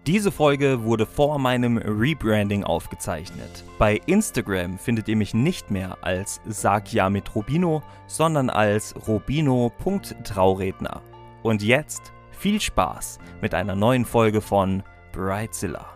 Diese Folge wurde vor meinem Rebranding aufgezeichnet. Bei Instagram findet ihr mich nicht mehr als Sag ja mit Robino, sondern als robino.trauredner. Und jetzt viel Spaß mit einer neuen Folge von Bridezilla.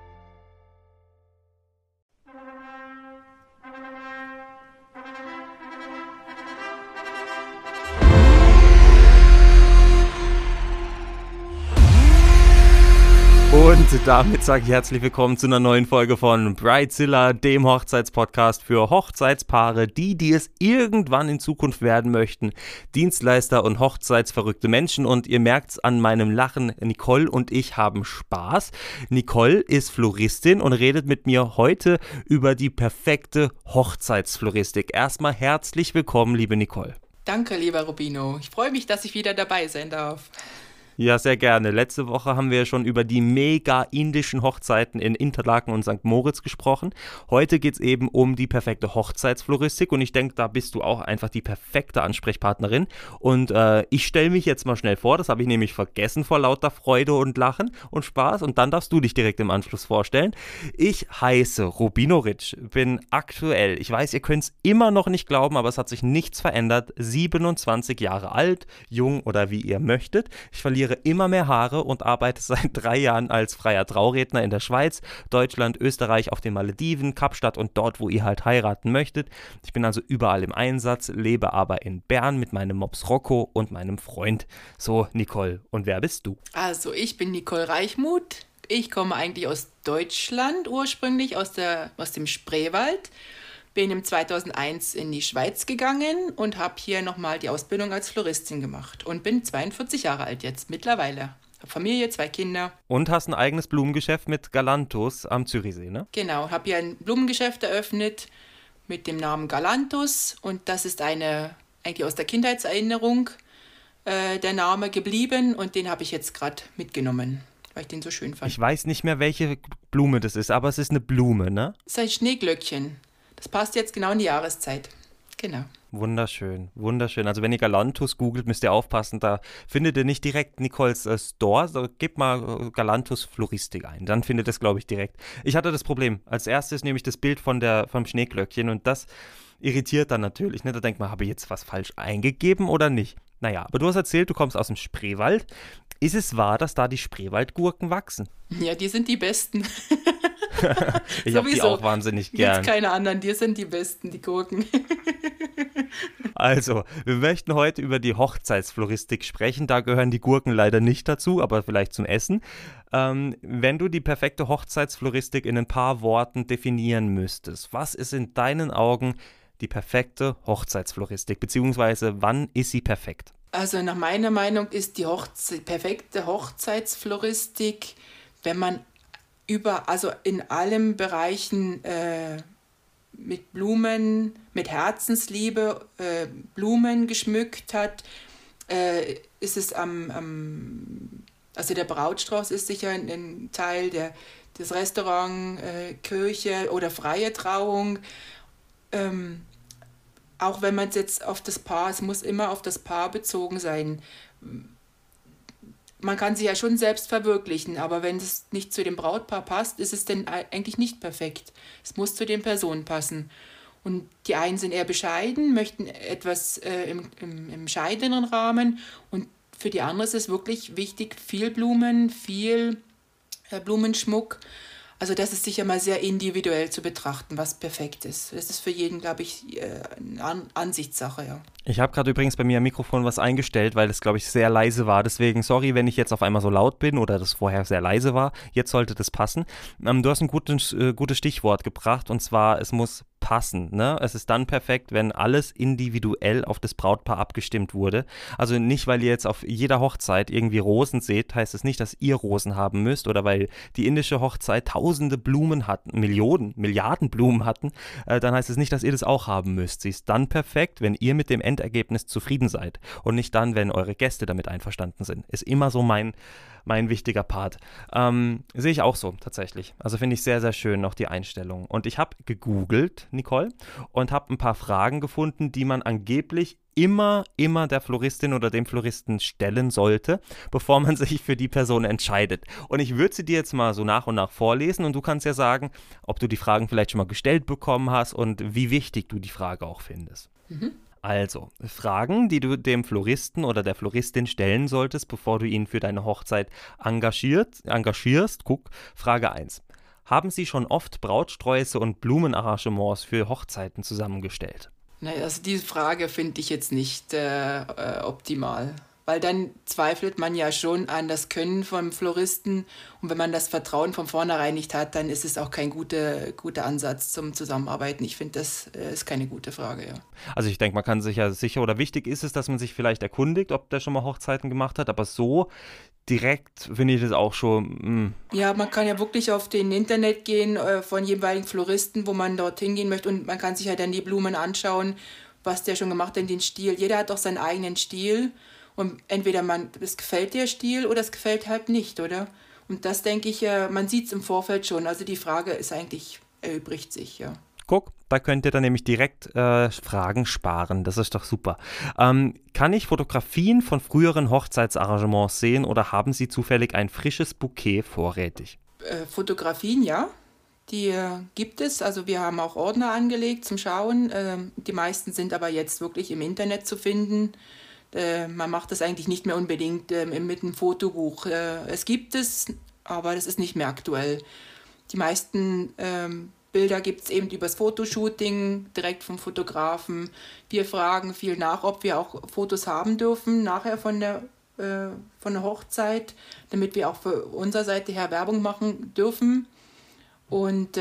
Und damit sage ich herzlich willkommen zu einer neuen Folge von Bridezilla, dem Hochzeitspodcast für Hochzeitspaare, die es irgendwann in Zukunft werden möchten, Dienstleister und hochzeitsverrückte Menschen. Und ihr merkt es an meinem Lachen, Nicole und ich haben Spaß. Nicole ist Floristin und redet mit mir heute über die perfekte Hochzeitsfloristik. Erstmal herzlich willkommen, liebe Nicole. Danke, lieber Robino. Ich freue mich, dass ich wieder dabei sein darf. Ja, sehr gerne. Letzte Woche haben wir schon über die mega indischen Hochzeiten in Interlaken und St. Moritz gesprochen. Heute geht es eben um die perfekte Hochzeitsfloristik und ich denke, da bist du auch einfach die perfekte Ansprechpartnerin. Und ich stelle mich jetzt mal schnell vor, das habe ich nämlich vergessen vor lauter Freude und Lachen und Spaß, und dann darfst du dich direkt im Anschluss vorstellen. Ich heiße Robino Ritsch, bin aktuell, ich weiß, ihr könnt es immer noch nicht glauben, aber es hat sich nichts verändert, 27 Jahre alt, jung oder wie ihr möchtet. Ich verliere immer mehr Haare und arbeite seit 3 Jahren als freier Trauredner in der Schweiz, Deutschland, Österreich, auf den Malediven, Kapstadt und dort, wo ihr halt heiraten möchtet. Ich bin also überall im Einsatz, lebe aber in Bern mit meinem Mops Rocco und meinem Freund. So, Nicole, und wer bist du? Also, ich bin Nicole Reichmuth. Ich komme eigentlich aus Deutschland ursprünglich, aus dem Spreewald. Bin im 2001 in die Schweiz gegangen und habe hier nochmal die Ausbildung als Floristin gemacht und bin 42 Jahre alt jetzt mittlerweile. Habe Familie, 2 Kinder. Und hast ein eigenes Blumengeschäft mit Galantus am Zürichsee, ne? Genau, habe hier ein Blumengeschäft eröffnet mit dem Namen Galantus und das ist eigentlich aus der Kindheitserinnerung der Name geblieben und den habe ich jetzt gerade mitgenommen, weil ich den so schön fand. Ich weiß nicht mehr, welche Blume das ist, aber es ist eine Blume, ne? Es ist ein Schneeglöckchen. Das passt jetzt genau in die Jahreszeit. Genau. Wunderschön, wunderschön. Also wenn ihr Galantus googelt, müsst ihr aufpassen, da findet ihr nicht direkt Nicoles Store, so gebt mal Galantus Floristik ein, dann findet ihr es, glaube ich, direkt. Ich hatte das Problem, als erstes nehme ich das Bild vom Schneeglöckchen und das irritiert dann natürlich, ne? Da denkt man, habe ich jetzt was falsch eingegeben oder nicht? Naja, aber du hast erzählt, du kommst aus dem Spreewald. Ist es wahr, dass da die Spreewaldgurken wachsen? Ja, die sind die besten. Ich habe die auch wahnsinnig gern. Gibt's keine anderen, die sind die besten, die Gurken. Also, wir möchten heute über die Hochzeitsfloristik sprechen. Da gehören die Gurken leider nicht dazu, aber vielleicht zum Essen. Wenn du die perfekte Hochzeitsfloristik in ein paar Worten definieren müsstest, was ist in deinen Augen die perfekte Hochzeitsfloristik, beziehungsweise wann ist sie perfekt? Also nach meiner Meinung ist die perfekte Hochzeitsfloristik, wenn man also in allen Bereichen mit Blumen, mit Herzensliebe Blumen geschmückt hat, ist es also der Brautstrauß ist sicher ein Teil des Restaurant, Kirche oder freie Trauung. Auch wenn man es jetzt es muss immer auf das Paar bezogen sein. Man kann sich ja schon selbst verwirklichen, aber wenn es nicht zu dem Brautpaar passt, ist es denn eigentlich nicht perfekt. Es muss zu den Personen passen. Und die einen sind eher bescheiden, möchten etwas im bescheidenen Rahmen, und für die anderen ist es wirklich wichtig, viel Blumen, viel Blumenschmuck. Also das ist sicher mal sehr individuell zu betrachten, was perfekt ist. Das ist für jeden, glaube ich, eine Ansichtssache, ja. Ich habe gerade übrigens bei mir am Mikrofon was eingestellt, weil es, glaube ich, sehr leise war. Deswegen, sorry, wenn ich jetzt auf einmal so laut bin oder das vorher sehr leise war. Jetzt sollte das passen. Du hast ein gutes Stichwort gebracht, und zwar, es muss passen, ne? Es ist dann perfekt, wenn alles individuell auf das Brautpaar abgestimmt wurde. Also nicht, weil ihr jetzt auf jeder Hochzeit irgendwie Rosen seht, heißt es nicht, dass ihr Rosen haben müsst, oder weil die indische Hochzeit tausende Blumen hatten, Milliarden Blumen hatten, dann heißt es nicht, dass ihr das auch haben müsst. Sie ist dann perfekt, wenn ihr mit dem Endergebnis zufrieden seid und nicht dann, wenn eure Gäste damit einverstanden sind. Ist immer so mein mein wichtiger Part. Sehe ich auch so, tatsächlich. Also finde ich sehr, sehr schön, noch die Einstellung. Und ich habe gegoogelt, Nicole, und habe ein paar Fragen gefunden, die man angeblich immer der Floristin oder dem Floristen stellen sollte, bevor man sich für die Person entscheidet. Und ich würde sie dir jetzt mal so nach und nach vorlesen und du kannst ja sagen, ob du die Fragen vielleicht schon mal gestellt bekommen hast und wie wichtig du die Frage auch findest. Also, Fragen, die du dem Floristen oder der Floristin stellen solltest, bevor du ihn für deine Hochzeit engagierst. Guck, Frage 1. Haben Sie schon oft Brautsträuße und Blumenarrangements für Hochzeiten zusammengestellt? Naja, also diese Frage finde ich jetzt nicht optimal, weil dann zweifelt man ja schon an das Können vom Floristen und wenn man das Vertrauen von vornherein nicht hat, dann ist es auch kein guter Ansatz zum Zusammenarbeiten. Ich finde, das ist keine gute Frage, ja. Also ich denke, man kann sich ja sicher oder wichtig ist es, dass man sich vielleicht erkundigt, ob der schon mal Hochzeiten gemacht hat, aber so direkt finde ich das auch schon. Ja, man kann ja wirklich auf den Internet gehen von jeweiligen Floristen, wo man dorthin gehen möchte und man kann sich halt dann die Blumen anschauen, was der schon gemacht hat, den Stil. Jeder hat doch seinen eigenen Stil und entweder es gefällt der Stil oder es gefällt halt nicht, oder? Und das denke ich, man sieht es im Vorfeld schon. Also die Frage ist eigentlich, erübrigt sich, ja. Guck, da könnt ihr dann nämlich direkt Fragen sparen. Das ist doch super. Kann ich Fotografien von früheren Hochzeitsarrangements sehen oder haben Sie zufällig ein frisches Bouquet vorrätig? Fotografien, ja. Die gibt es. Also wir haben auch Ordner angelegt zum Schauen. Die meisten sind aber jetzt wirklich im Internet zu finden. Man macht das eigentlich nicht mehr unbedingt mit einem Fotobuch. Es gibt es, aber das ist nicht mehr aktuell. Die meisten Bilder gibt es eben übers Fotoshooting, direkt vom Fotografen. Wir fragen viel nach, ob wir auch Fotos haben dürfen, nachher von der Hochzeit, damit wir auch für unsere Seite her Werbung machen dürfen. Und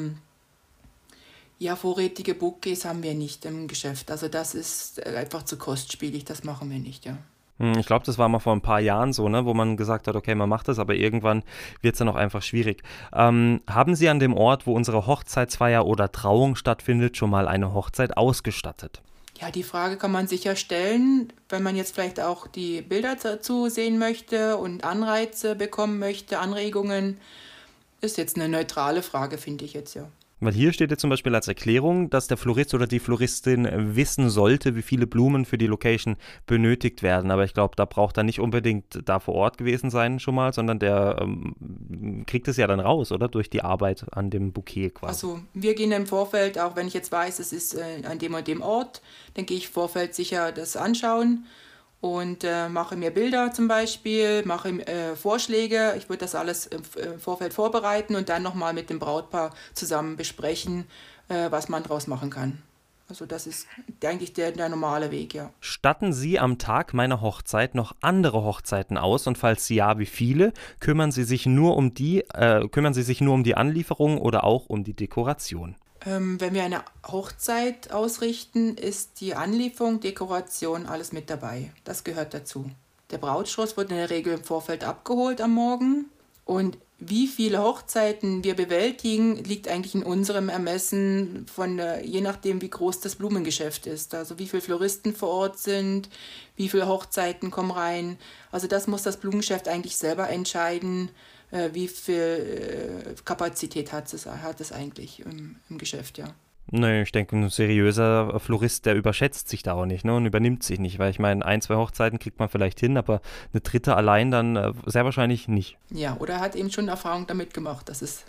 vorrätige Bouquets haben wir nicht im Geschäft. Also das ist einfach zu kostspielig, das machen wir nicht, ja. Ich glaube, das war mal vor ein paar Jahren so, ne, wo man gesagt hat, okay, man macht das, aber irgendwann wird es dann auch einfach schwierig. Haben Sie an dem Ort, wo unsere Hochzeitsfeier oder Trauung stattfindet, schon mal eine Hochzeit ausgestattet? Ja, die Frage kann man sicher stellen, wenn man jetzt vielleicht auch die Bilder dazu sehen möchte und Anreize bekommen möchte, Anregungen. Ist jetzt eine neutrale Frage, finde ich jetzt, ja. Weil hier steht jetzt zum Beispiel als Erklärung, dass der Florist oder die Floristin wissen sollte, wie viele Blumen für die Location benötigt werden. Aber ich glaube, da braucht er nicht unbedingt da vor Ort gewesen sein schon mal, sondern der kriegt es ja dann raus, oder? Durch die Arbeit an dem Bouquet quasi. Also wir gehen im Vorfeld, auch wenn ich jetzt weiß, es ist an dem und dem Ort, dann gehe ich im Vorfeld sicher das anschauen und mache mir Bilder zum Beispiel, mache Vorschläge. Ich würde das alles im Vorfeld vorbereiten und dann nochmal mit dem Brautpaar zusammen besprechen, was man draus machen kann. Also das ist eigentlich der normale Weg, ja. Statten Sie am Tag meiner Hochzeit noch andere Hochzeiten aus und falls ja, wie viele? Kümmern Sie sich nur um die Anlieferung oder auch um die Dekoration? Wenn wir eine Hochzeit ausrichten, ist die Anlieferung, Dekoration, alles mit dabei. Das gehört dazu. Der Brautstrauß wird in der Regel im Vorfeld abgeholt am Morgen. Und wie viele Hochzeiten wir bewältigen, liegt eigentlich in unserem Ermessen, je nachdem, wie groß das Blumengeschäft ist. Also wie viele Floristen vor Ort sind, wie viele Hochzeiten kommen rein. Also das muss das Blumengeschäft eigentlich selber entscheiden, wie viel Kapazität hat es eigentlich im Geschäft, ja. Nee, ich denke, ein seriöser Florist, der überschätzt sich da auch nicht, ne, und übernimmt sich nicht, weil ich meine, 1, 2 Hochzeiten kriegt man vielleicht hin, aber eine dritte allein dann sehr wahrscheinlich nicht. Ja, oder hat eben schon Erfahrung damit gemacht, das ist...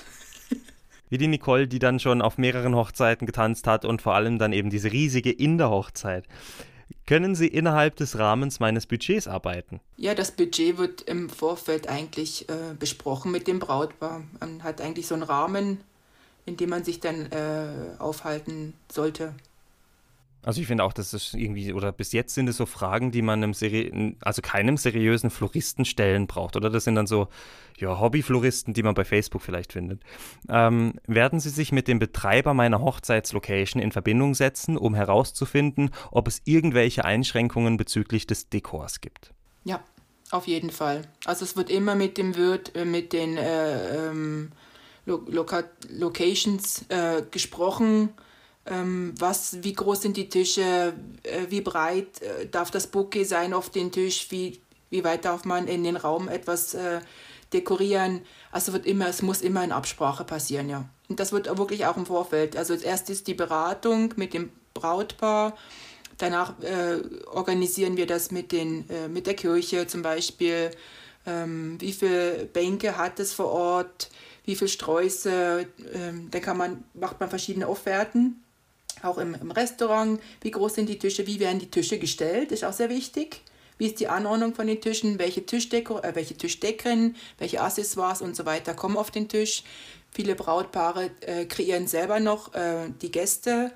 Wie die Nicole, die dann schon auf mehreren Hochzeiten getanzt hat und vor allem dann eben diese riesige Indoor-Hochzeit. Können Sie innerhalb des Rahmens meines Budgets arbeiten? Ja, das Budget wird im Vorfeld eigentlich besprochen mit dem Brautpaar. Man hat eigentlich so einen Rahmen, in dem man sich dann aufhalten sollte. Also ich finde auch, dass es irgendwie, oder bis jetzt sind es so Fragen, die man keinem seriösen Floristen stellen braucht, oder? Das sind dann so, ja, Hobbyfloristen, die man bei Facebook vielleicht findet. Werden Sie sich mit dem Betreiber meiner Hochzeitslocation in Verbindung setzen, um herauszufinden, ob es irgendwelche Einschränkungen bezüglich des Dekors gibt? Ja, auf jeden Fall. Also es wird immer mit dem Wirt, mit den Locations gesprochen. Wie groß sind die Tische, wie breit darf das Bouquet sein auf den Tisch, wie wie weit darf man in den Raum etwas dekorieren. Also es muss immer in Absprache passieren, ja. Und das wird wirklich auch im Vorfeld. Also erst ist die Beratung mit dem Brautpaar, danach organisieren wir das mit der Kirche zum Beispiel, wie viele Bänke hat es vor Ort, wie viele Sträuße, dann macht man verschiedene Offerten, auch im Restaurant, wie groß sind die Tische, wie werden die Tische gestellt, ist auch sehr wichtig. Wie ist die Anordnung von den Tischen, welche Tischdecken, welche Accessoires und so weiter kommen auf den Tisch. Viele Brautpaare kreieren selber noch die Gästeliste,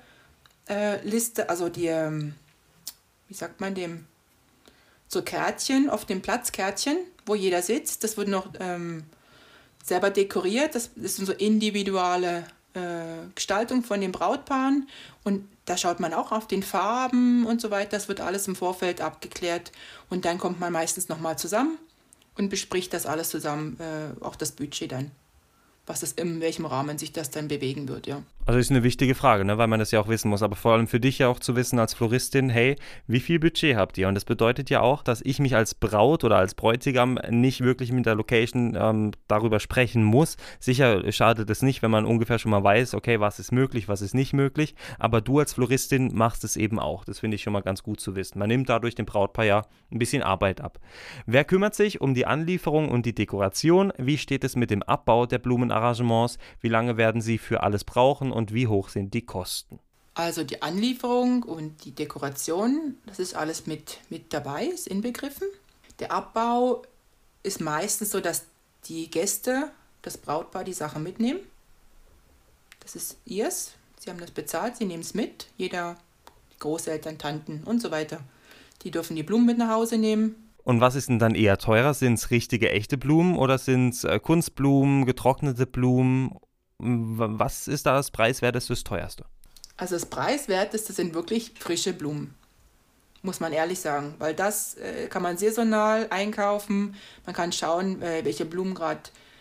also die, wie sagt man dem, so Kärtchen auf dem Platz, Kärtchen, wo jeder sitzt. Das wird noch selber dekoriert. Das sind so individuelle Gestaltung von den Brautpaaren. Und da schaut man auch auf den Farben und so weiter. Das wird alles im Vorfeld abgeklärt. Und dann kommt man meistens nochmal zusammen und bespricht das alles zusammen, auch das Budget dann. In welchem Rahmen sich das dann bewegen wird, ja. Also ist eine wichtige Frage, ne, weil man das ja auch wissen muss, aber vor allem für dich ja auch zu wissen als Floristin, hey, wie viel Budget habt ihr? Und das bedeutet ja auch, dass ich mich als Braut oder als Bräutigam nicht wirklich mit der Location darüber sprechen muss. Sicher schadet es nicht, wenn man ungefähr schon mal weiß, okay, was ist möglich, was ist nicht möglich, aber du als Floristin machst es eben auch. Das finde ich schon mal ganz gut zu wissen. Man nimmt dadurch dem Brautpaar ja ein bisschen Arbeit ab. Wer kümmert sich um die Anlieferung und die Dekoration? Wie steht es mit dem Abbau der Blumenarrangements? Wie lange werden sie für alles brauchen? Und wie hoch sind die Kosten? Also die Anlieferung und die Dekoration, das ist alles mit dabei, ist inbegriffen. Der Abbau ist meistens so, dass die Gäste, das Brautpaar, die Sachen mitnehmen. Das ist ihrs, sie haben das bezahlt, sie nehmen es mit. Jeder, Großeltern, Tanten und so weiter, die dürfen die Blumen mit nach Hause nehmen. Und was ist denn dann eher teurer? Sind es richtige, echte Blumen oder sind es Kunstblumen, getrocknete Blumen? Was ist da das Preiswerteste, das teuerste? Also das Preiswerteste sind wirklich frische Blumen, muss man ehrlich sagen, weil das kann man saisonal einkaufen. Man kann schauen, welche Blumen gerade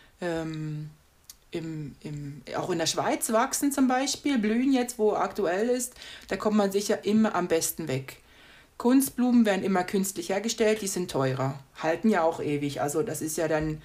auch in der Schweiz wachsen zum Beispiel, blühen jetzt, wo aktuell ist. Da kommt man sicher immer am besten weg. Kunstblumen werden immer künstlich hergestellt, die sind teurer, halten ja auch ewig. Also das ist ja dann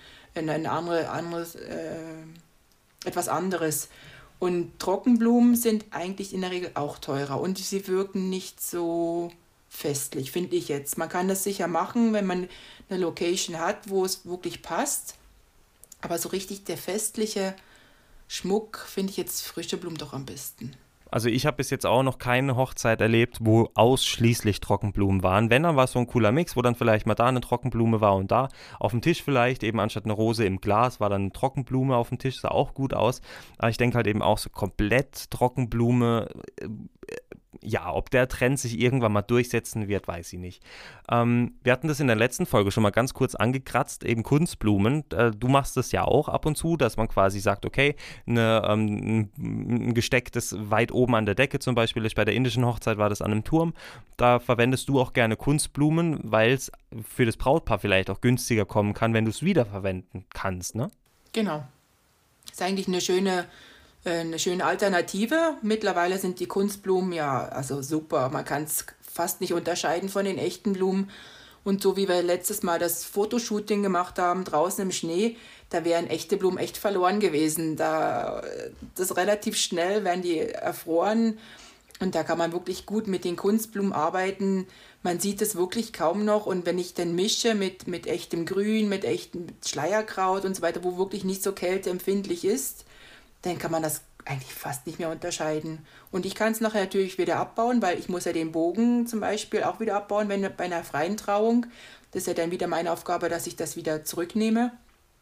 etwas anderes. Und Trockenblumen sind eigentlich in der Regel auch teurer und sie wirken nicht so festlich, finde ich jetzt. Man kann das sicher machen, wenn man eine Location hat, wo es wirklich passt. Aber so richtig der festliche Schmuck finde ich jetzt frische Blumen doch am besten. Also ich habe bis jetzt auch noch keine Hochzeit erlebt, wo ausschließlich Trockenblumen waren. Wenn, dann war es so ein cooler Mix, wo dann vielleicht mal da eine Trockenblume war und da auf dem Tisch vielleicht, eben anstatt eine Rose im Glas, war dann eine Trockenblume auf dem Tisch, sah auch gut aus. Aber ich denke halt eben auch so komplett Trockenblume, ja, ob der Trend sich irgendwann mal durchsetzen wird, weiß ich nicht. Wir hatten das in der letzten Folge schon mal ganz kurz angekratzt, eben Kunstblumen. Du machst das ja auch ab und zu, dass man quasi sagt, okay, ein Gesteck, das weit oben an der Decke zum Beispiel ist, bei der indischen Hochzeit war das an einem Turm. Da verwendest du auch gerne Kunstblumen, weil es für das Brautpaar vielleicht auch günstiger kommen kann, wenn du es wiederverwenden kannst, ne? Genau. Ist eigentlich eine schöne Alternative. Mittlerweile sind die Kunstblumen ja also super. Man kann es fast nicht unterscheiden von den echten Blumen. Und so wie wir letztes Mal das Fotoshooting gemacht haben, draußen im Schnee, da wären echte Blumen echt verloren gewesen. Das relativ schnell werden die erfroren. Und da kann man wirklich gut mit den Kunstblumen arbeiten. Man sieht es wirklich kaum noch. Und wenn ich dann mische mit echtem Grün, mit echtem Schleierkraut und so weiter, wo wirklich nicht so kälteempfindlich ist, dann kann man das eigentlich fast nicht mehr unterscheiden. Und ich kann es nachher natürlich wieder abbauen, weil ich muss ja den Bogen zum Beispiel auch wieder abbauen bei einer freien Trauung. Das ist ja dann wieder meine Aufgabe, dass ich das wieder zurücknehme.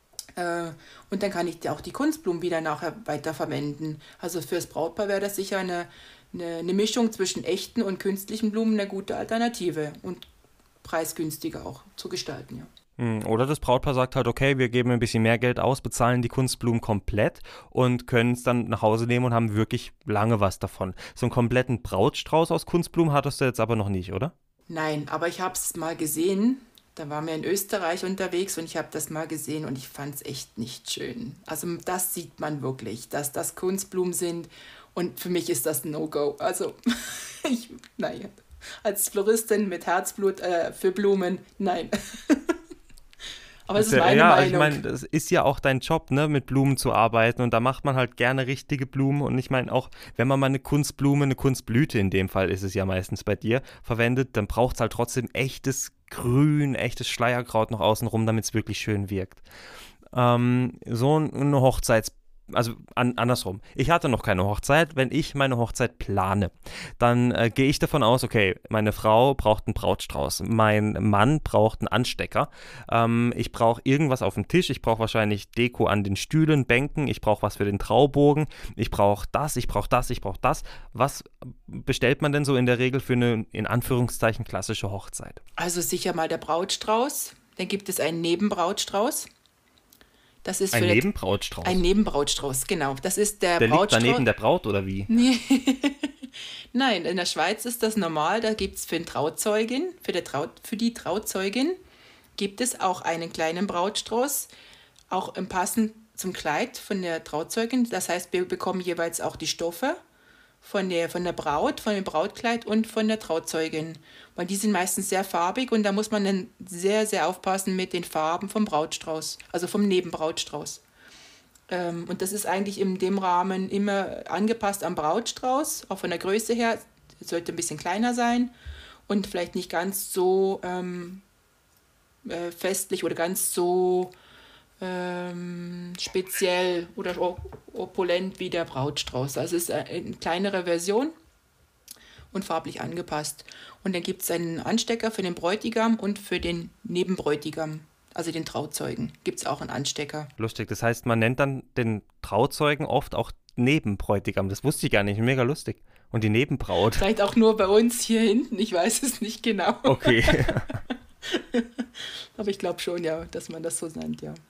Und dann kann ich auch die Kunstblumen wieder nachher weiterverwenden. Also fürs Brautpaar wäre das sicher eine Mischung zwischen echten und künstlichen Blumen eine gute Alternative und preisgünstiger auch zu gestalten, ja. Oder das Brautpaar sagt halt, okay, wir geben ein bisschen mehr Geld aus, bezahlen die Kunstblumen komplett und können es dann nach Hause nehmen und haben wirklich lange was davon. So einen kompletten Brautstrauß aus Kunstblumen hattest du jetzt aber noch nicht, oder? Nein, aber ich habe es mal gesehen. Da waren wir in Österreich unterwegs und ich habe das mal gesehen und ich fand es echt nicht schön. Also das sieht man wirklich, dass das Kunstblumen sind und für mich ist das ein No-Go. Also, naja, als Floristin mit Herzblut für Blumen, nein. Aber es ist meine Ja, ich Meinung. meine, das ist ja auch dein Job, ne, mit Blumen zu arbeiten und da macht man halt gerne richtige Blumen und ich meine auch, wenn man mal eine Kunstblume, eine Kunstblüte in dem Fall ist es ja meistens bei dir, verwendet, dann braucht es halt trotzdem echtes Grün, echtes Schleierkraut noch außenrum, damit es wirklich schön wirkt. Eine andersrum. Ich hatte noch keine Hochzeit. Wenn ich meine Hochzeit plane, dann gehe ich davon aus, okay, meine Frau braucht einen Brautstrauß, mein Mann braucht einen Anstecker, ich brauche irgendwas auf dem Tisch, ich brauche wahrscheinlich Deko an den Stühlen, Bänken, ich brauche was für den Traubogen, ich brauche das, ich brauche das, ich brauche das. Was bestellt man denn so in der Regel für eine, in Anführungszeichen, klassische Hochzeit? Also sicher mal der Brautstrauß. Dann gibt es einen Nebenbrautstrauß. Das ist Ein für Nebenbrautstrauß? ein Nebenbrautstrauß, genau. Das ist der Der liegt Brautstrauß. daneben der Braut oder wie? Nein, in der Schweiz ist das normal. Da gibt es für für die Trauzeugin gibt es auch einen kleinen Brautstrauß, auch im Passen zum Kleid von der Trauzeugin. Das heißt, wir bekommen jeweils auch die Stoffe von der Braut, von dem Brautkleid und von der Trauzeugin. Weil die sind meistens sehr farbig und da muss man dann sehr, sehr aufpassen mit den Farben vom Brautstrauß, also vom Nebenbrautstrauß. Und das ist eigentlich in dem Rahmen immer angepasst am Brautstrauß, auch von der Größe her. Es sollte ein bisschen kleiner sein und vielleicht nicht ganz so festlich oder ganz so speziell oder opulent wie der Brautstrauß. Also es ist eine kleinere Version und farblich angepasst. Und dann gibt es einen Anstecker für den Bräutigam und für den Nebenbräutigam, also den Trauzeugen, gibt es auch einen Anstecker. Lustig, das heißt, man nennt dann den Trauzeugen oft auch Nebenbräutigam. Das wusste ich gar nicht, mega lustig. Und die Nebenbraut. Vielleicht auch nur bei uns hier hinten, ich weiß es nicht genau. Okay. Aber ich glaube schon, ja, dass man das so nennt, ja.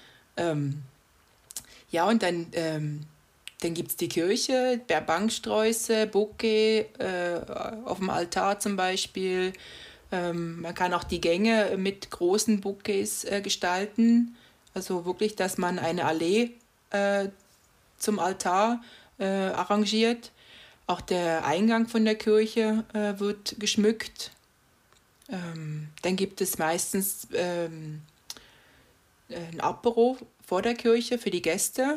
Ja, und dann gibt es die Kirche, Banksträuße, Bouquet, auf dem Altar zum Beispiel. Man kann auch die Gänge mit großen Bouquets gestalten. Also wirklich, dass man eine Allee zum Altar arrangiert. Auch der Eingang von der Kirche wird geschmückt. Dann gibt es meistens ein Apero vor der Kirche für die Gäste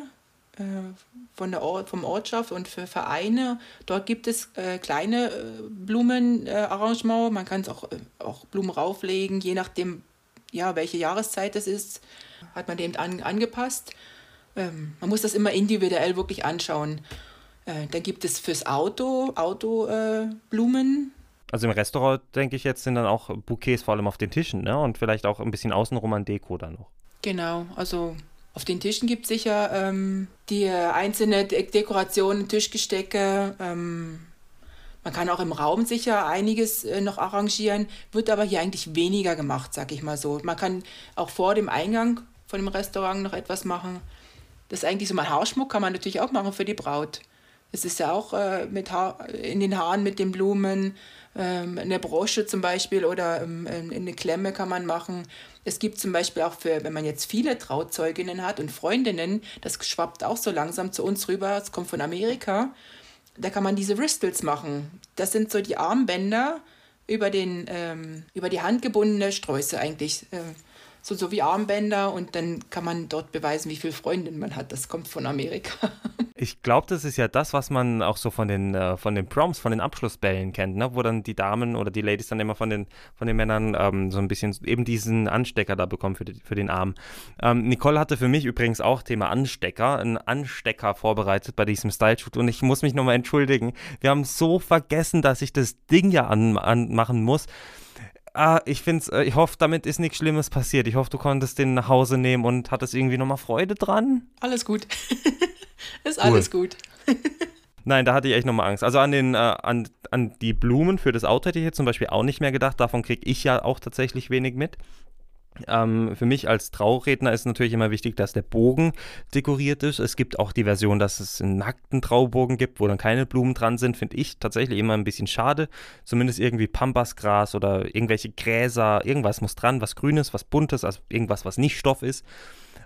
vom Ortschaft und für Vereine. Dort gibt es kleine Blumenarrangement. Man kann es auch Blumen rauflegen, je nachdem, ja, welche Jahreszeit es ist, hat man dem angepasst. Man muss das immer individuell wirklich anschauen. Dann gibt es fürs Auto Blumen. Also im Restaurant, denke ich jetzt, sind dann auch Bouquets vor allem auf den Tischen, ne? Und vielleicht auch ein bisschen außenrum an Deko dann noch. Genau, also auf den Tischen gibt es sicher die einzelne Dekoration, Tischgestecke. Man kann auch im Raum sicher einiges noch arrangieren, wird aber hier eigentlich weniger gemacht, sag ich mal so. Man kann auch vor dem Eingang von dem Restaurant noch etwas machen. Das ist eigentlich so mal Haarschmuck, kann man natürlich auch machen für die Braut. Es ist ja auch in den Haaren mit den Blumen, eine Brosche zum Beispiel oder eine Klemme kann man machen. Es gibt zum Beispiel auch wenn man jetzt viele Trauzeuginnen hat und Freundinnen, das schwappt auch so langsam zu uns rüber, es kommt von Amerika, da kann man diese Wristles machen. Das sind so die Armbänder über die Hand gebundene Sträuße eigentlich. So wie Armbänder und dann kann man dort beweisen, wie viele Freundinnen man hat. Das kommt von Amerika. Ich glaube, das ist ja das, was man auch so von den Proms, von den Abschlussbällen kennt, ne? Wo dann die Damen oder die Ladies dann immer von den Männern so ein bisschen eben diesen Anstecker da bekommen für den Arm. Nicole hatte für mich übrigens auch Thema Anstecker, einen Anstecker vorbereitet bei diesem Style-Shoot und ich muss mich nochmal entschuldigen. Wir haben so vergessen, dass ich das Ding ja anmachen muss. Ich hoffe, damit ist nichts Schlimmes passiert. Ich hoffe, du konntest den nach Hause nehmen und hattest irgendwie nochmal Freude dran. Alles gut. Ist alles gut. Nein, da hatte ich echt nochmal Angst. Also an die Blumen für das Auto hätte ich jetzt zum Beispiel auch nicht mehr gedacht. Davon kriege ich ja auch tatsächlich wenig mit. Für mich als Trauredner ist natürlich immer wichtig, dass der Bogen dekoriert ist. Es gibt auch die Version, dass es einen nackten Traubogen gibt, wo dann keine Blumen dran sind, finde ich tatsächlich immer ein bisschen schade. Zumindest irgendwie Pampasgras oder irgendwelche Gräser, irgendwas muss dran, was Grünes, was Buntes, also irgendwas, was nicht Stoff ist.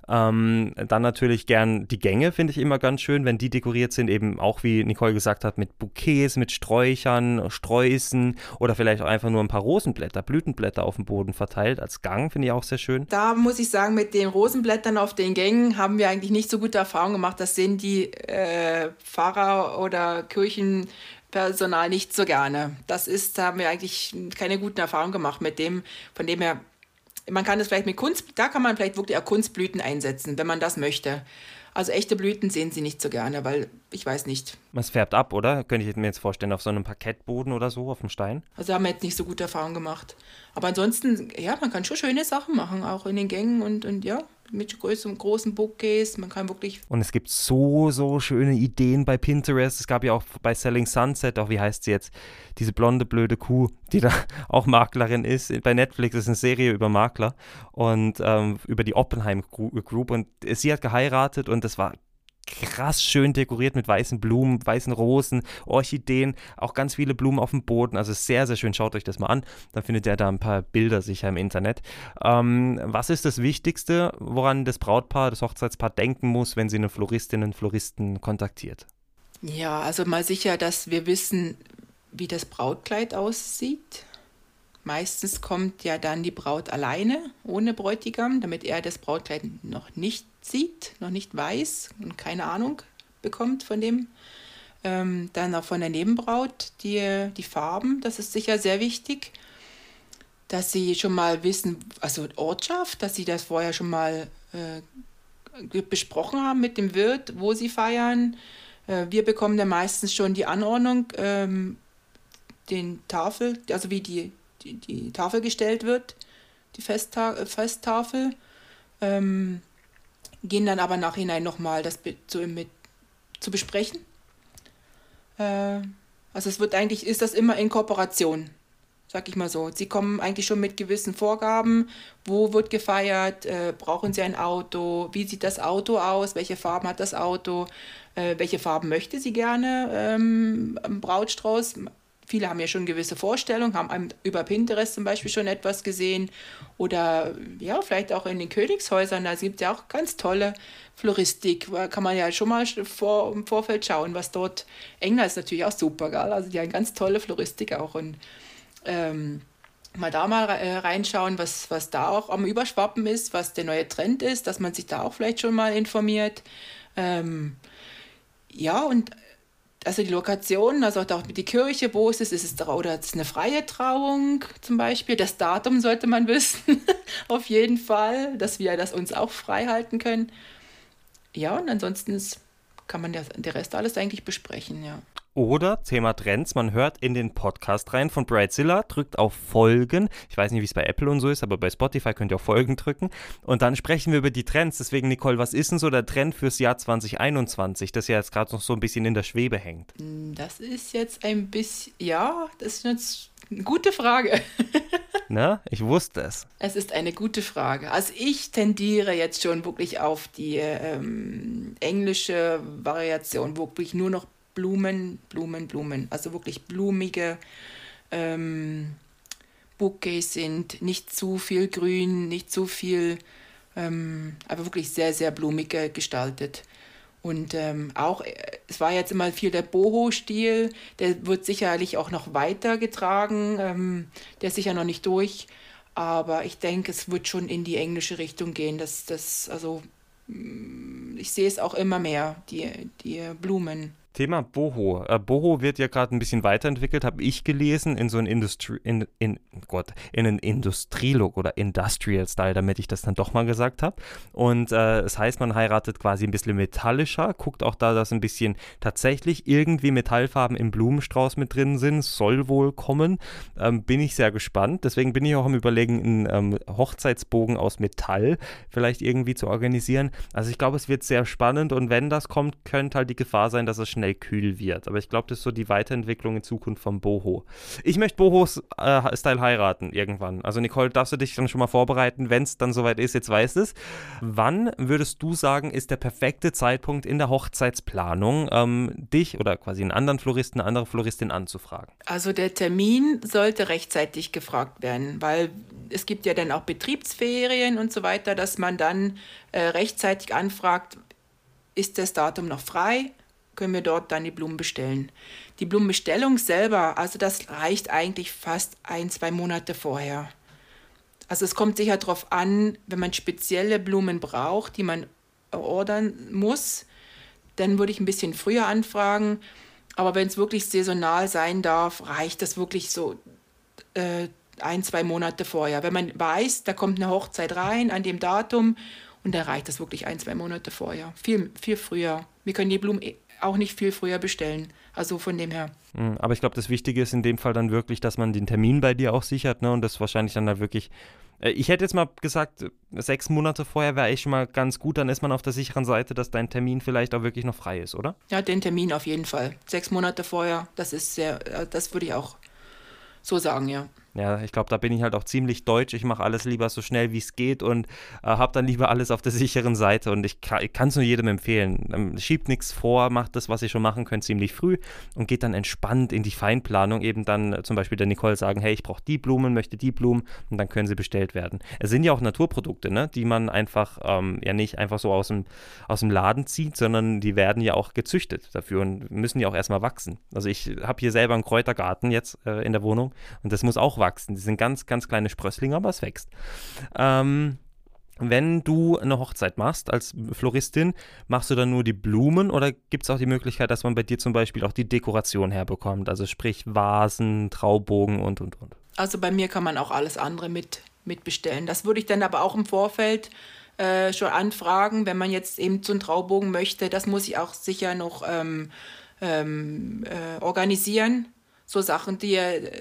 Dann natürlich gern die Gänge, finde ich immer ganz schön, wenn die dekoriert sind, eben auch wie Nicole gesagt hat, mit Bouquets, mit Sträuchern, Sträußen oder vielleicht auch einfach nur ein paar Rosenblätter, Blütenblätter auf dem Boden verteilt als Gang, finde ich auch sehr schön. Da muss ich sagen, mit den Rosenblättern auf den Gängen haben wir eigentlich nicht so gute Erfahrungen gemacht. Das sehen die Pfarrer oder Kirchenpersonal nicht so gerne. Da haben wir eigentlich keine guten Erfahrungen gemacht mit dem, von dem her. Man kann das vielleicht mit da kann man vielleicht wirklich auch Kunstblüten einsetzen, wenn man das möchte. Also echte Blüten sehen sie nicht so gerne, weil ich weiß nicht. Es färbt ab, oder? Könnte ich mir jetzt vorstellen, auf so einem Parkettboden oder so, auf dem Stein? Also haben wir jetzt nicht so gute Erfahrungen gemacht. Aber ansonsten, ja, man kann schon schöne Sachen machen, auch in den Gängen und ja, mit großen Bouquets. Man kann wirklich... Und es gibt so schöne Ideen bei Pinterest. Es gab ja auch bei Selling Sunset, auch wie heißt sie jetzt, diese blonde, blöde Kuh, die da auch Maklerin ist. Bei Netflix ist eine Serie über Makler und über die Oppenheim Group. Und sie hat geheiratet und das war krass schön dekoriert mit weißen Blumen, weißen Rosen, Orchideen, auch ganz viele Blumen auf dem Boden. Also sehr, sehr schön. Schaut euch das mal an. Dann findet ihr da ein paar Bilder sicher im Internet. Was ist das Wichtigste, woran das Brautpaar, das Hochzeitspaar denken muss, wenn sie eine Floristin, einen Floristen kontaktiert? Ja, also mal sicher, dass wir wissen, wie das Brautkleid aussieht. Meistens kommt ja dann die Braut alleine, ohne Bräutigam, damit er das Brautkleid noch nicht sieht, noch nicht weiß und keine Ahnung bekommt von dem. Dann auch von der Nebenbraut die Farben, das ist sicher sehr wichtig, dass sie schon mal wissen, also Ortschaft, dass sie das vorher schon mal besprochen haben mit dem Wirt, wo sie feiern. Wir bekommen dann meistens schon die Anordnung, den Tafel, also wie die Tafel gestellt wird, die Festtafel, gehen dann aber nachhinein nochmal das zu besprechen. Also ist das immer in Kooperation, sag ich mal so. Sie kommen eigentlich schon mit gewissen Vorgaben, wo wird gefeiert, brauchen sie ein Auto, wie sieht das Auto aus, welche Farben hat das Auto, welche Farben möchte sie gerne am Brautstrauß. Viele haben ja schon gewisse Vorstellungen, haben über Pinterest zum Beispiel schon etwas gesehen oder ja, vielleicht auch in den Königshäusern, da gibt es ja auch ganz tolle Floristik, da kann man ja schon mal im Vorfeld schauen, was dort, England ist natürlich auch super, gell? Also die haben ganz tolle Floristik auch und mal reinschauen, was da auch am Überschwappen ist, was der neue Trend ist, dass man sich da auch vielleicht schon mal informiert. Ja, und also die Lokation, also auch die Kirche, wo ist es oder ist es eine freie Trauung zum Beispiel? Das Datum sollte man wissen, auf jeden Fall, dass wir das uns auch frei halten können. Ja, und ansonsten kann man der Rest alles eigentlich besprechen, ja. Oder, Thema Trends, man hört in den Podcast rein von Bridezilla, drückt auf Folgen. Ich weiß nicht, wie es bei Apple und so ist, aber bei Spotify könnt ihr auf Folgen drücken. Und dann sprechen wir über die Trends. Deswegen, Nicole, was ist denn so der Trend fürs Jahr 2021, das ja jetzt gerade noch so ein bisschen in der Schwebe hängt? Das ist jetzt ein bisschen, ja, das ist jetzt eine gute Frage. Na, ich wusste es. Es ist eine gute Frage. Also ich tendiere jetzt schon wirklich auf die englische Variation, wirklich nur noch Blumen, also wirklich blumige Bouquets sind, nicht zu viel Grün, nicht zu viel, aber wirklich sehr, sehr blumig gestaltet. Und auch, es war jetzt immer viel der Boho-Stil, der wird sicherlich auch noch weitergetragen, der ist sicher noch nicht durch, aber ich denke, es wird schon in die englische Richtung gehen, also ich sehe es auch immer mehr, die Blumen. Thema Boho. Boho wird ja gerade ein bisschen weiterentwickelt, habe ich gelesen, in so einen in einen Industrielook oder Industrial Style, damit ich das dann doch mal gesagt habe. Und das heißt, man heiratet quasi ein bisschen metallischer, guckt auch da, dass ein bisschen tatsächlich irgendwie Metallfarben im Blumenstrauß mit drin sind, soll wohl kommen. Bin ich sehr gespannt. Deswegen bin ich auch am Überlegen, einen Hochzeitsbogen aus Metall vielleicht irgendwie zu organisieren. Also ich glaube, es wird sehr spannend und wenn das kommt, könnte halt die Gefahr sein, dass es schnell schnell kühl wird. Aber ich glaube, das ist so die Weiterentwicklung in Zukunft vom Boho. Ich möchte Bohos Style heiraten irgendwann. Also Nicole, darfst du dich dann schon mal vorbereiten, wenn es dann soweit ist, jetzt weißt es. Wann würdest du sagen, ist der perfekte Zeitpunkt in der Hochzeitsplanung, dich oder quasi einen anderen Floristen, eine andere Floristin anzufragen? Also der Termin sollte rechtzeitig gefragt werden, weil es gibt ja dann auch Betriebsferien und so weiter, dass man dann rechtzeitig anfragt, ist das Datum noch frei, können wir dort dann die Blumen bestellen. Die Blumenbestellung selber, also das reicht eigentlich fast 1-2 Monate vorher. Also es kommt sicher darauf an, wenn man spezielle Blumen braucht, die man ordern muss, dann würde ich ein bisschen früher anfragen. Aber wenn es wirklich saisonal sein darf, reicht das wirklich so 1-2 Monate vorher. Wenn man weiß, da kommt eine Hochzeit rein an dem Datum, und dann reicht das wirklich 1-2 Monate vorher. Viel, viel früher. Wir können die Blumen auch nicht viel früher bestellen. Also von dem her. Aber ich glaube, das Wichtige ist in dem Fall dann wirklich, dass man den Termin bei dir auch sichert, ne? Und das wahrscheinlich dann da wirklich, ich hätte jetzt mal gesagt, 6 Monate vorher wäre echt schon mal ganz gut, dann ist man auf der sicheren Seite, dass dein Termin vielleicht auch wirklich noch frei ist, oder? Ja, den Termin auf jeden Fall. 6 Monate vorher, das würde ich auch so sagen, ja. Ja, ich glaube, da bin ich halt auch ziemlich deutsch. Ich mache alles lieber so schnell, wie es geht und habe dann lieber alles auf der sicheren Seite. Und ich kann es nur jedem empfehlen. Schiebt nichts vor, macht das, was ihr schon machen könnt, ziemlich früh und geht dann entspannt in die Feinplanung. Eben dann zum Beispiel der Nicole sagen, hey, ich brauche die Blumen, möchte die Blumen und dann können sie bestellt werden. Es sind ja auch Naturprodukte, ne, die man einfach ja nicht einfach so aus dem Laden zieht, sondern die werden ja auch gezüchtet dafür und müssen ja auch erstmal wachsen. Also ich habe hier selber einen Kräutergarten jetzt in der Wohnung und das muss auch wachsen. Die sind ganz, ganz kleine Sprösslinge, aber es wächst. Wenn du eine Hochzeit machst als Floristin, machst du dann nur die Blumen oder gibt es auch die Möglichkeit, dass man bei dir zum Beispiel auch die Dekoration herbekommt? Also sprich Vasen, Traubogen und. Also bei mir kann man auch alles andere mit bestellen. Das würde ich dann aber auch im Vorfeld schon anfragen, wenn man jetzt eben so einen Traubogen möchte. Das muss ich auch sicher noch organisieren. So Sachen, die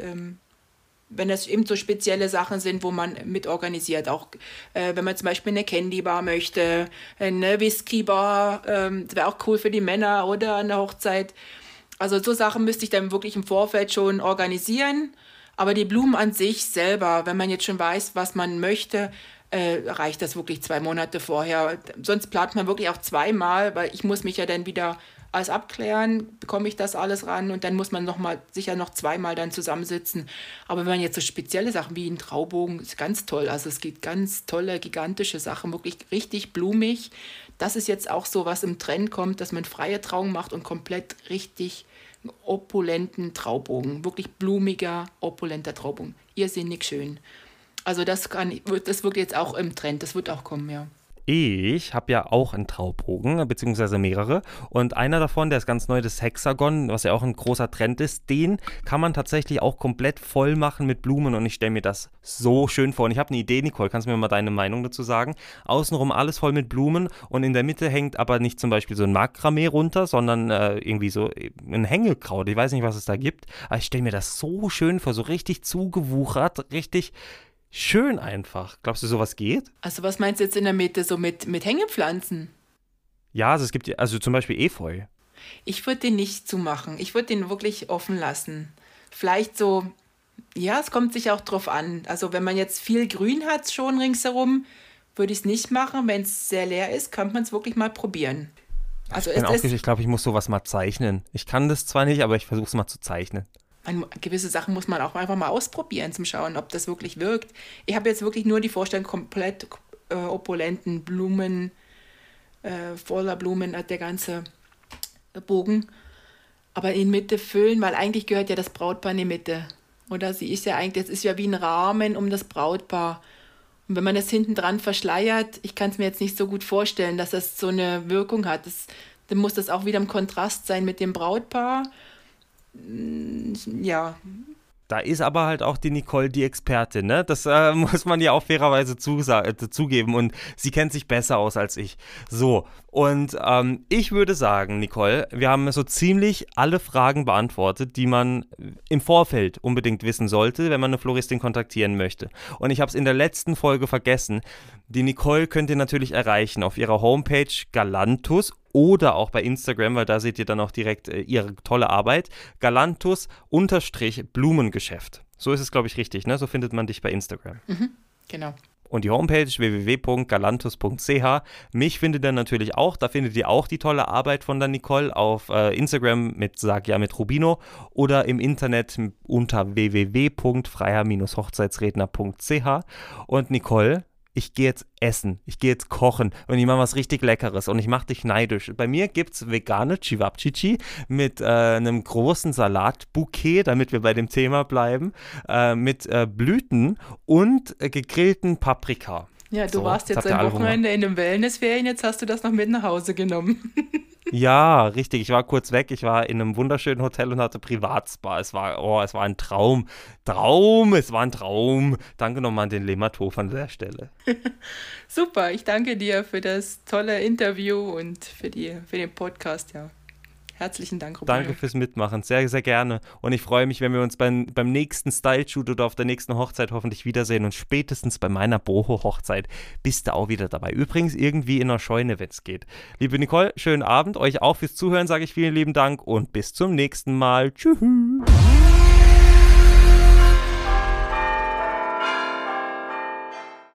wenn das eben so spezielle Sachen sind, wo man mit organisiert. Auch wenn man zum Beispiel eine Candy-Bar möchte, eine Whisky-Bar, das wäre auch cool für die Männer oder eine Hochzeit. Also so Sachen müsste ich dann wirklich im Vorfeld schon organisieren. Aber die Blumen an sich selber, wenn man jetzt schon weiß, was man möchte, reicht das wirklich 2 Monate vorher. Sonst plant man wirklich auch 2-mal, weil ich muss mich ja dann wieder alles abklären, bekomme ich das alles ran und dann muss man sicher noch 2-mal dann zusammensitzen. Aber wenn man jetzt so spezielle Sachen wie einen Traubogen, ist ganz toll. Also es gibt ganz tolle, gigantische Sachen, wirklich richtig blumig. Das ist jetzt auch so, was im Trend kommt, dass man freie Trauung macht und komplett richtig opulenten Traubogen. Wirklich blumiger, opulenter Traubogen. Irrsinnig schön. Also das wird jetzt auch im Trend, das wird auch kommen, ja. Ich habe ja auch einen Traubogen, beziehungsweise mehrere. Und einer davon, der ist ganz neu, das Hexagon, was ja auch ein großer Trend ist, den kann man tatsächlich auch komplett voll machen mit Blumen. Und ich stelle mir das so schön vor. Und ich habe eine Idee, Nicole, kannst du mir mal deine Meinung dazu sagen? Außenrum alles voll mit Blumen und in der Mitte hängt aber nicht zum Beispiel so ein Makramee runter, sondern irgendwie so ein Hängekraut. Ich weiß nicht, was es da gibt. Aber ich stelle mir das so schön vor, so richtig zugewuchert, richtig schön einfach. Glaubst du, sowas geht? Also was meinst du jetzt in der Mitte, so mit Hängepflanzen? Ja, also es gibt also zum Beispiel Efeu. Ich würde den nicht zumachen. Ich würde den wirklich offen lassen. Vielleicht so, ja, es kommt sich auch drauf an. Also wenn man jetzt viel Grün hat schon ringsherum, würde ich es nicht machen. Wenn es sehr leer ist, kann man es wirklich mal probieren. Also ich glaube, ich muss sowas mal zeichnen. Ich kann das zwar nicht, aber ich versuche es mal zu zeichnen. Gewisse Sachen muss man auch einfach mal ausprobieren, zum Schauen, ob das wirklich wirkt. Ich habe jetzt wirklich nur die Vorstellung, komplett opulenten Blumen, voller Blumen, der ganze Bogen. Aber in Mitte füllen, weil eigentlich gehört ja das Brautpaar in die Mitte. Oder sie ist ja eigentlich, das ist ja wie ein Rahmen um das Brautpaar. Und wenn man das hinten dran verschleiert, ich kann es mir jetzt nicht so gut vorstellen, dass das so eine Wirkung hat. Dann muss das auch wieder im Kontrast sein mit dem Brautpaar. Ja. Da ist aber halt auch die Nicole die Expertin, ne? Das muss man ja auch fairerweise zugeben und sie kennt sich besser aus als ich. So, und ich würde sagen, Nicole, wir haben so ziemlich alle Fragen beantwortet, die man im Vorfeld unbedingt wissen sollte, wenn man eine Floristin kontaktieren möchte. Und ich habe es in der letzten Folge vergessen. Die Nicole könnt ihr natürlich erreichen auf ihrer Homepage Galantus oder auch bei Instagram, weil da seht ihr dann auch direkt ihre tolle Arbeit. Galantus_Blumengeschäft. So ist es, glaube ich, richtig, ne? So findet man dich bei Instagram. Genau. Und die Homepage www.galantus.ch. Mich findet ihr natürlich auch, da findet ihr auch die tolle Arbeit von der Nicole auf Instagram mit Sag ja mit Rubino oder im Internet unter www.freier-hochzeitsredner.ch. Und Nicole, ich gehe jetzt essen, ich gehe jetzt kochen und ich mache was richtig Leckeres und ich mache dich neidisch. Bei mir gibt es vegane Cevapcici mit einem großen Salatbouquet, damit wir bei dem Thema bleiben, mit Blüten und gegrillten Paprika. Ja, du warst jetzt ein Wochenende in den Wellnessferien, jetzt hast du das noch mit nach Hause genommen. Ja, richtig. Ich war kurz weg. Ich war in einem wunderschönen Hotel und hatte Privatspa. Es war ein Traum. Es war ein Traum. Danke nochmal an den Lemathof an der Stelle. Super, ich danke dir für das tolle Interview und für den Podcast, ja. Herzlichen Dank, Rubino. Danke fürs Mitmachen, sehr, sehr gerne. Und ich freue mich, wenn wir uns beim nächsten Style-Shoot oder auf der nächsten Hochzeit hoffentlich wiedersehen. Und spätestens bei meiner Boho-Hochzeit bist du auch wieder dabei. Übrigens irgendwie in der Scheune, wenn es geht. Liebe Nicole, schönen Abend. Euch auch fürs Zuhören sage ich vielen lieben Dank und bis zum nächsten Mal. Tschüss.